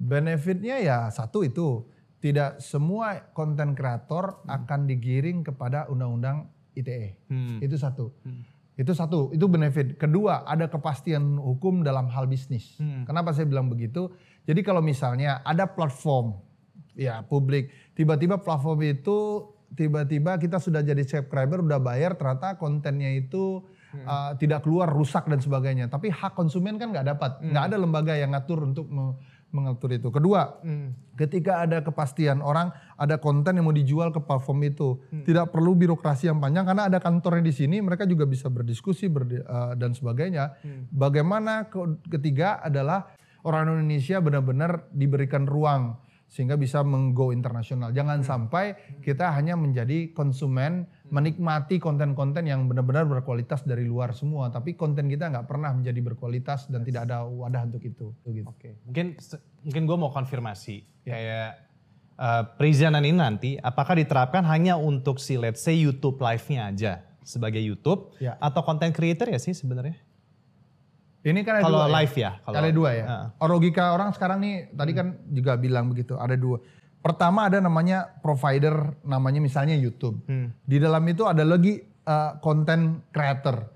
Benefitnya ya satu itu, tidak semua konten kreator akan digiring kepada undang-undang ITE. Itu satu. Itu benefit. Kedua, ada kepastian hukum dalam hal bisnis. Kenapa saya bilang begitu? Jadi kalau misalnya ada platform ya publik, tiba-tiba platform itu tiba-tiba kita sudah jadi subscriber, udah bayar, ternyata kontennya itu tidak keluar, rusak dan sebagainya. Tapi hak konsumen kan nggak dapat, nggak ada lembaga yang ngatur untuk mengatur itu. Kedua, ketika ada kepastian orang, ada konten yang mau dijual ke platform itu, tidak perlu birokrasi yang panjang karena ada kantornya di sini, mereka juga bisa berdiskusi dan sebagainya. Bagaimana ketiga adalah orang Indonesia benar-benar diberikan ruang sehingga bisa menggo internasional. Jangan sampai kita hanya menjadi konsumen, menikmati konten-konten yang benar-benar berkualitas dari luar semua, tapi konten kita nggak pernah menjadi berkualitas dan tidak ada wadah untuk itu. Gitu. Oke, mungkin gue mau konfirmasi kayak perizinan ini nanti apakah diterapkan hanya untuk si let's say YouTube live-nya aja sebagai YouTube atau content creator ya sih sebenarnya? Ini kan kalau dua live ya. Ada dua ya. Logika orang sekarang nih tadi kan juga bilang begitu, ada dua. Pertama ada namanya provider, namanya misalnya YouTube. Di dalam itu ada lagi content creator.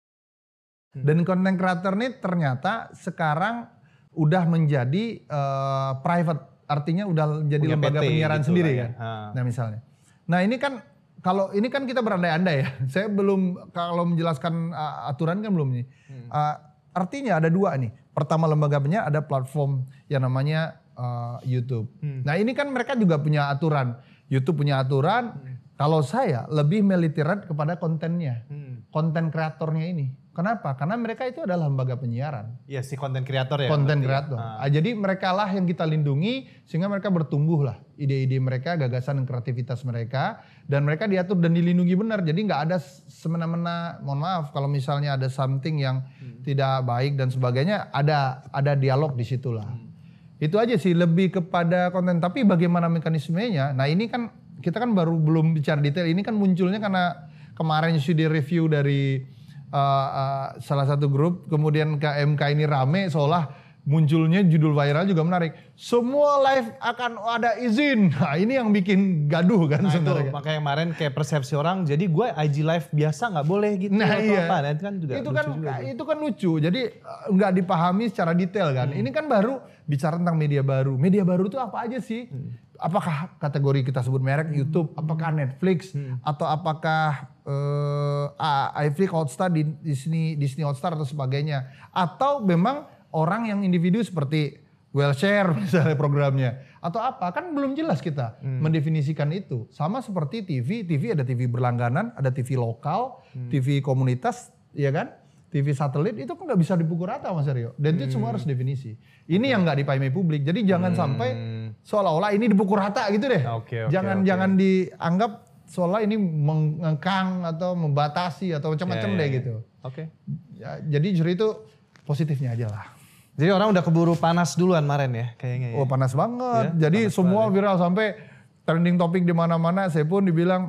Dan content creator ini ternyata sekarang udah menjadi private, artinya udah menjadi punya lembaga PT penyiaran gitu sendiri ya. kan. Nah misalnya. Nah ini kan kalau ini kan kita berandai-andai ya. Saya belum, kalau menjelaskan aturan kan belum nih. Artinya ada dua nih. Pertama lembaganya ada platform yang namanya YouTube. Nah ini kan mereka juga punya aturan. YouTube punya aturan. Kalau saya lebih meliterat kepada kontennya. Konten kreatornya ini. Kenapa? Karena mereka itu adalah lembaga penyiaran. Iya si konten kreator ya. Konten kreator. Jadi mereka lah yang kita lindungi sehingga mereka bertumbuh lah. Ide-ide mereka, gagasan dan kreativitas mereka. Dan mereka diatur dan dilindungi benar. Jadi nggak ada semena-mena, mohon maaf kalau misalnya ada something yang tidak baik dan sebagainya, ada dialog di situlah. Itu aja sih, lebih kepada konten. Tapi bagaimana mekanismenya? Nah ini kan kita kan baru belum bicara detail. Ini kan munculnya karena kemarin sudah review dari salah satu grup, kemudian KMK ini rame seolah munculnya judul viral juga menarik. Semua live akan ada izin. Nah ini yang bikin gaduh kan sebenarnya. Itu makanya kemarin kayak persepsi orang, jadi gue IG live biasa nggak boleh gitu. Nah iya. Apa. Nah, itu kan juga itu kan lucu. Jadi nggak dipahami secara detail kan. Ini kan baru bicara tentang media baru. Media baru itu apa aja sih? Apakah kategori kita sebut merek YouTube, apakah Netflix, atau apakah iFlix, Hotstar, Disney Hotstar atau sebagainya. Atau memang orang yang individu seperti Wellshare misalnya programnya. Atau apa, kan belum jelas kita mendefinisikan itu. Sama seperti TV ada TV berlangganan, ada TV lokal, TV komunitas, ya kan? TV satelit itu kan nggak bisa dipukul rata Mas Aryo. Dan itu semua harus definisi. Ini yang nggak dipahami publik. Jadi jangan sampai seolah-olah ini dipukul rata gitu deh. Jangan dianggap seolah ini mengekang atau membatasi atau macam-macam deh gitu. Ya, jadi justru itu positifnya aja lah. Jadi orang udah keburu panas duluan kemarin ya kayaknya ya. Oh panas banget. Ya, jadi panas semua viral sampai trending topik di mana-mana. Saya pun dibilang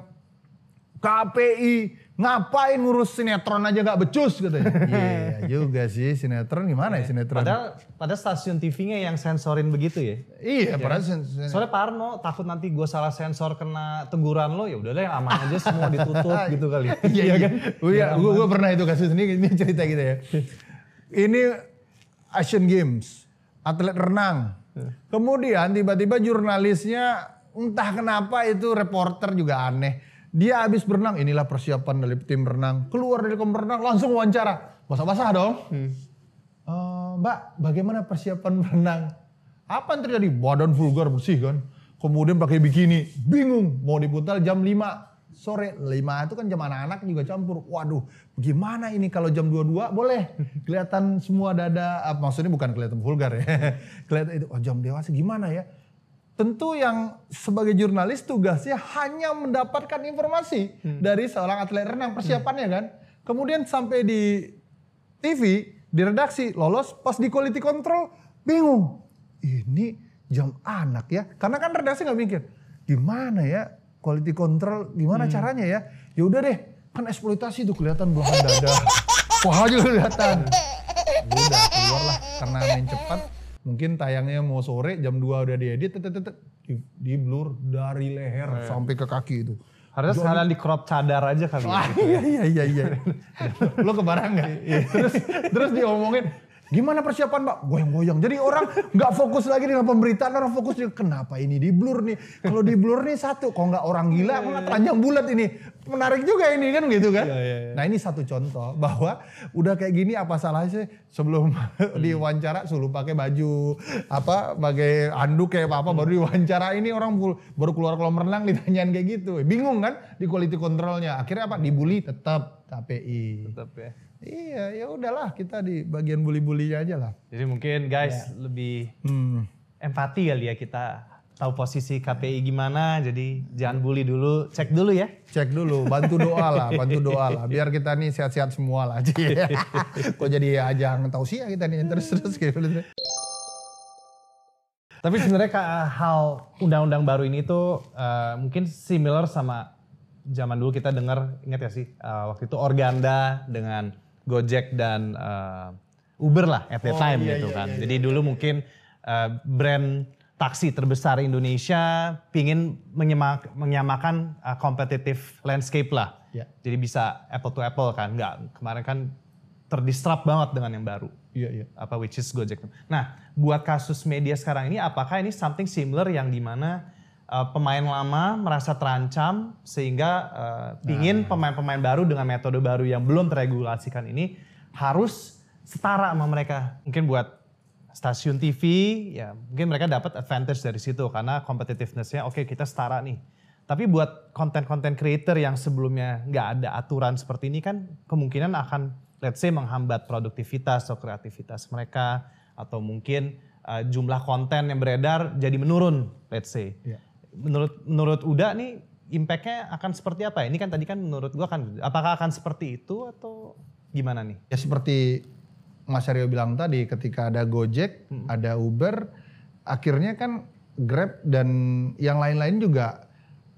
KPI ngapain ngurus sinetron aja gak becus katanya. Iya juga sih, sinetron gimana ya sinetron. Padahal stasiun TV-nya yang sensorin begitu ya. Iya, padahal soalnya Parno takut nanti gue salah sensor kena teguran lo, ya udah deh yang aman aja semua ditutup gitu kali. Iya kan? Gue pernah itu kasus ini cerita gitu ya. Ini Asian Games, atlet renang. Kemudian tiba-tiba jurnalisnya entah kenapa itu reporter juga aneh. Dia habis berenang, inilah persiapan dari tim renang. Keluar dari kolam renang langsung wawancara. Basah-basah dong. Mbak, bagaimana persiapan berenang? Apa yang terjadi? Badan vulgar bersih kan. Kemudian pakai bikini. Bingung, mau diputar jam 5 sore. 5 itu kan jam anak-anak juga campur. Waduh, gimana ini kalau jam 22 boleh. Kelihatan semua dada. Maksudnya bukan kelihatan vulgar ya. Kelihatan itu, jam dewasa gimana ya. Tentu yang sebagai jurnalis tugasnya hanya mendapatkan informasi dari seorang atlet renang persiapannya kan. Kemudian sampai di TV, di redaksi lolos, pas di quality control bingung. Ini jam anak ya. Karena kan redaksi nggak mikir gimana ya quality control, gimana caranya ya. Ya udah deh, kan eksploitasi tuh kelihatan belahan dada. Paha juga kelihatan. Udah keluar lah karena main cepat. Mungkin tayangnya mau sore jam 2 udah diedit, di blur dari leher sampai ke kaki itu. Harusnya sekalian di crop cadar aja kali ya. Gitu ya. Iya. Lo kebarang nggak? terus diomongin, gimana persiapan Mbak? Goyang-goyang. Jadi orang nggak fokus lagi dengan pemberitaan, orang fokus di kenapa ini di blur nih. Kalau di blur nih satu, kok nggak orang gila, kok nggak telanjang bulat ini. Menarik juga ini kan gitu kan. Iya. Nah ini satu contoh bahwa udah kayak gini apa salahnya sih sebelum diwawancara suruh pakai baju pakai handuk kayak apa baru diwawancara. Ini orang baru keluar kolam renang ditanyain kayak gitu. Bingung kan di quality controlnya. Akhirnya apa? Dibully tetap KPI. Tetap ya. Iya, ya udahlah kita di bagian bully-bullynya aja lah. Jadi mungkin guys lebih empati kali ya, kita tahu posisi KPI gimana, jadi jangan bully dulu, cek dulu ya. Cek dulu, bantu doa lah, biar kita nih sehat-sehat semua lah. Kok jadi ajang tausiah kita nih terus gitu. Tapi sebenarnya hal undang-undang baru ini tuh mungkin similar sama zaman dulu kita dengar, ingat ya sih waktu itu Organda dengan Gojek dan Uber lah at the time gitu kan. Jadi dulu mungkin brand taksi terbesar Indonesia pingin menyamakan competitive landscape lah. Yeah. Jadi bisa apple to apple kan. Enggak, kemarin kan terdisrupt banget dengan yang baru. Iya. Which is Gojek. Nah, buat kasus media sekarang ini apakah ini something similar yang dimana pemain lama merasa terancam sehingga pingin pemain-pemain baru dengan metode baru yang belum terregulasikan ini harus setara sama mereka. Mungkin buat stasiun TV, ya mungkin mereka dapat advantage dari situ karena competitiveness-nya oke, kita setara nih. Tapi buat konten-konten creator yang sebelumnya nggak ada aturan seperti ini kan kemungkinan akan let's say menghambat produktivitas atau kreativitas mereka, atau mungkin jumlah konten yang beredar jadi menurun let's say. Yeah. Menurut Uda nih impact-nya akan seperti apa? Ini kan tadi kan menurut gua kan apakah akan seperti itu atau gimana nih? Ya seperti Mas Aryo bilang tadi, ketika ada Gojek, ada Uber, akhirnya kan Grab dan yang lain-lain juga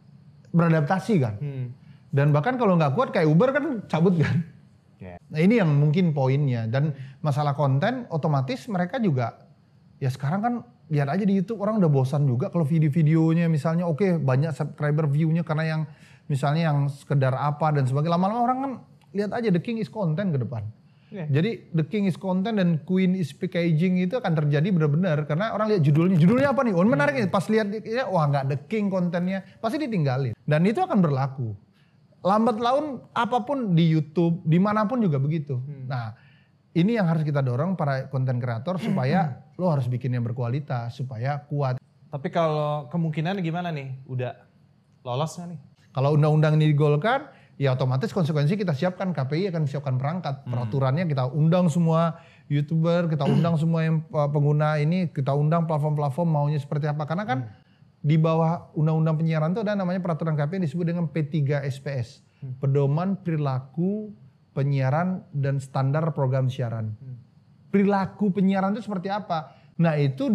beradaptasi kan. Dan bahkan kalau nggak kuat kayak Uber kan cabut kan. Yeah. Nah ini yang mungkin poinnya. Dan masalah konten otomatis mereka juga, ya sekarang kan lihat aja di YouTube orang udah bosan juga kalau video-videonya misalnya oke, banyak subscriber view-nya karena yang misalnya yang sekedar apa dan sebagainya. Lama-lama orang kan lihat aja the king is content ke depan. Yeah. Jadi the king is content dan queen is packaging itu akan terjadi benar-benar karena orang lihat judulnya apa nih, menarik nih, pas lihat ya wah nggak the king kontennya pasti ditinggalin dan itu akan berlaku lambat laun apapun di YouTube dimanapun juga begitu. Nah ini yang harus kita dorong para konten kreator supaya lo harus bikin yang berkualitas supaya kuat. Tapi kalau kemungkinan gimana nih, udah lolos nggak nih? Kalau undang-undang ini digolkan, ya otomatis konsekuensi kita siapkan, KPI akan siapkan perangkat. Peraturannya kita undang semua YouTuber, kita undang semua yang pengguna ini, kita undang platform-platform maunya seperti apa. Karena kan di bawah undang-undang penyiaran itu ada namanya peraturan KPI yang disebut dengan P3SPS. Pedoman Perilaku Penyiaran dan Standar Program Siaran. Perilaku penyiaran itu seperti apa? Nah itu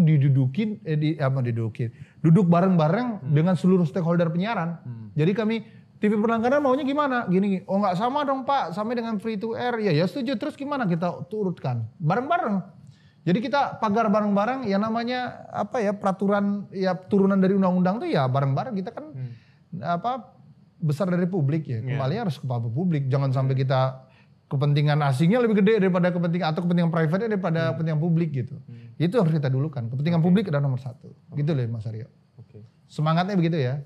duduk bareng-bareng dengan seluruh stakeholder penyiaran. Jadi kami TV berlangganan maunya gimana? Gini, oh nggak sama dong Pak, sama dengan free to air. Ya setuju, terus gimana kita turutkan? Bareng-bareng. Jadi kita pagar bareng-bareng, ya namanya apa ya, peraturan ya turunan dari undang-undang tuh ya bareng-bareng. Kita kan besar dari publik ya, kembali harus kepada publik. Jangan sampai kita kepentingan asingnya lebih gede daripada kepentingan atau kepentingan private daripada kepentingan publik gitu. Itu harus kita dulukan. Kepentingan publik adalah nomor satu. Gitu loh Mas Aryo. Semangatnya begitu ya.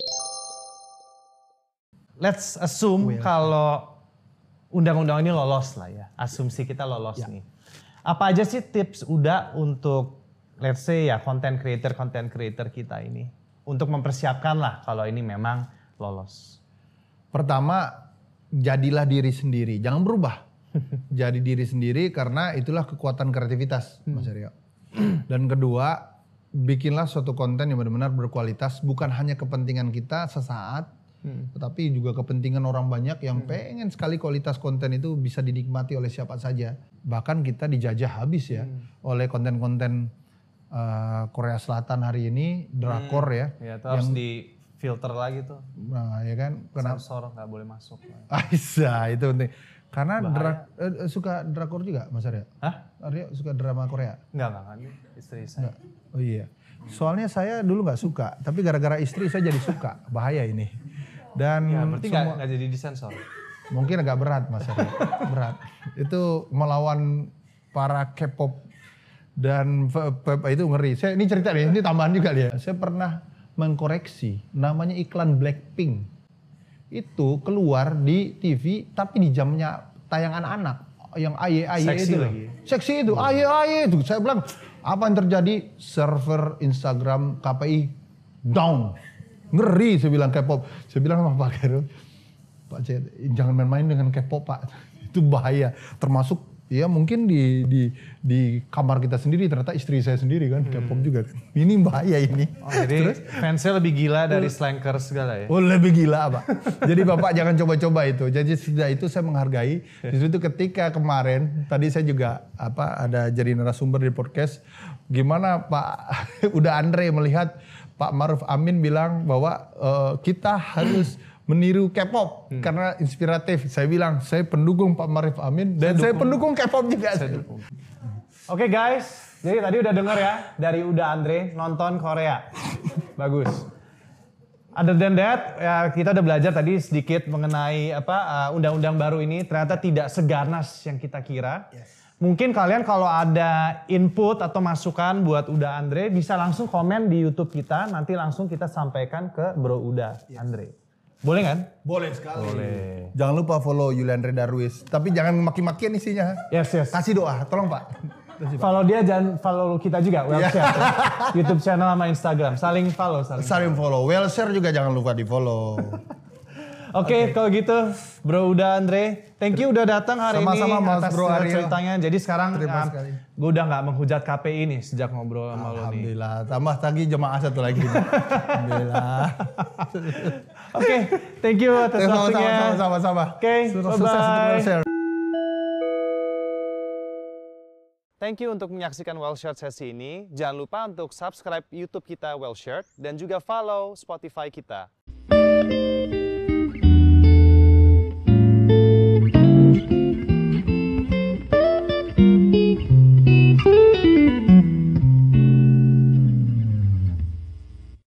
Let's assume kalau undang-undang ini lolos lah ya. Asumsi kita lolos nih. Apa aja sih tips Uda untuk let's say ya content creator kita ini untuk mempersiapkan lah kalau ini memang lolos? Pertama, jadilah diri sendiri, jangan berubah. Jadi diri sendiri karena itulah kekuatan kreativitas, Mas Aryo. Dan kedua, bikinlah suatu konten yang benar-benar berkualitas, bukan hanya kepentingan kita sesaat, tetapi juga kepentingan orang banyak yang pengen sekali kualitas konten itu bisa dinikmati oleh siapa saja. Bahkan kita dijajah habis ya oleh konten-konten Korea Selatan hari ini, drakor ya. Ya harus di filter lagi tuh. Nah ya kan. Sensor nggak boleh masuk. Aisyah itu penting. Karena suka drakor juga Mas Arya? Hah? Arya suka drama Korea? Enggak. Istri saya. Enggak. Oh iya. Soalnya saya dulu nggak suka, tapi gara-gara istri saya jadi suka. Bahaya ini. Dan Ya, berarti nggak jadi disensor. mungkin agak berat Mas Arya. Berat. Itu melawan para K-pop dan itu ngeri. Ini cerita nih, ini tambahan juga dia. Saya pernah mengkoreksi namanya iklan Blackpink. Itu keluar di TV tapi di jamnya tayangan anak yang aye Seksi itu lagi. Seksi itu, aye itu. Saya bilang, apa yang terjadi? Server Instagram KPI down. Ngeri saya bilang K-pop. Saya bilang sama Pak Khairul, Pak C, jangan main-main dengan K-pop Pak. Itu bahaya. Termasuk ya mungkin di kamar kita sendiri, ternyata istri saya sendiri kan K-pop juga kan. Ini bahaya ini. Oh, jadi fansnya lebih gila dari slankers segala ya? Oh lebih gila Pak. Jadi Bapak jangan coba-coba itu. Jadi sudah itu saya menghargai. Justru itu ketika kemarin, tadi saya juga ada jadi narasumber di podcast. Gimana Pak Uda Andre melihat Pak Maruf Amin bilang bahwa kita harus meniru K-pop karena inspiratif. Saya bilang, saya pendukung Pak Maruf Amin dan saya pendukung K-pop juga. Oke guys, jadi tadi udah denger ya dari Uda Andre nonton Korea. Bagus. Other than that, ya kita udah belajar tadi sedikit mengenai undang-undang baru ini ternyata tidak seganas yang kita kira. Yes. Mungkin kalian kalau ada input atau masukan buat Uda Andre bisa langsung komen di YouTube kita, nanti langsung kita sampaikan ke Bro Uda Andre. Boleh kan? Boleh sekali. Boleh. Jangan lupa follow Yuliandre Darwis. Tapi jangan maki-makian isinya. Yes. Kasih doa, tolong Pak. Follow dia dan follow kita juga, Wellshare. YouTube channel sama Instagram. Saling follow. Saling follow. Wellshare juga jangan lupa di follow. Oke, kalau gitu Bro Uda Andre, thank you udah datang hari Sama-sama, ini Mas atas Bro Aryo. ceritanya. Jadi sekarang Sekali. gue udah nggak menghujat KPI nih sejak ngobrol sama lo nih. Alhamdulillah, tambah lagi jemaah satu lagi. Alhamdulillah. Oke, thank you atas waktunya. Sama-sama. Oke, Sukses untuk Wellshare. Thank you untuk menyaksikan Wellshare sesi ini. Jangan lupa untuk subscribe YouTube kita Wellshare dan juga follow Spotify kita.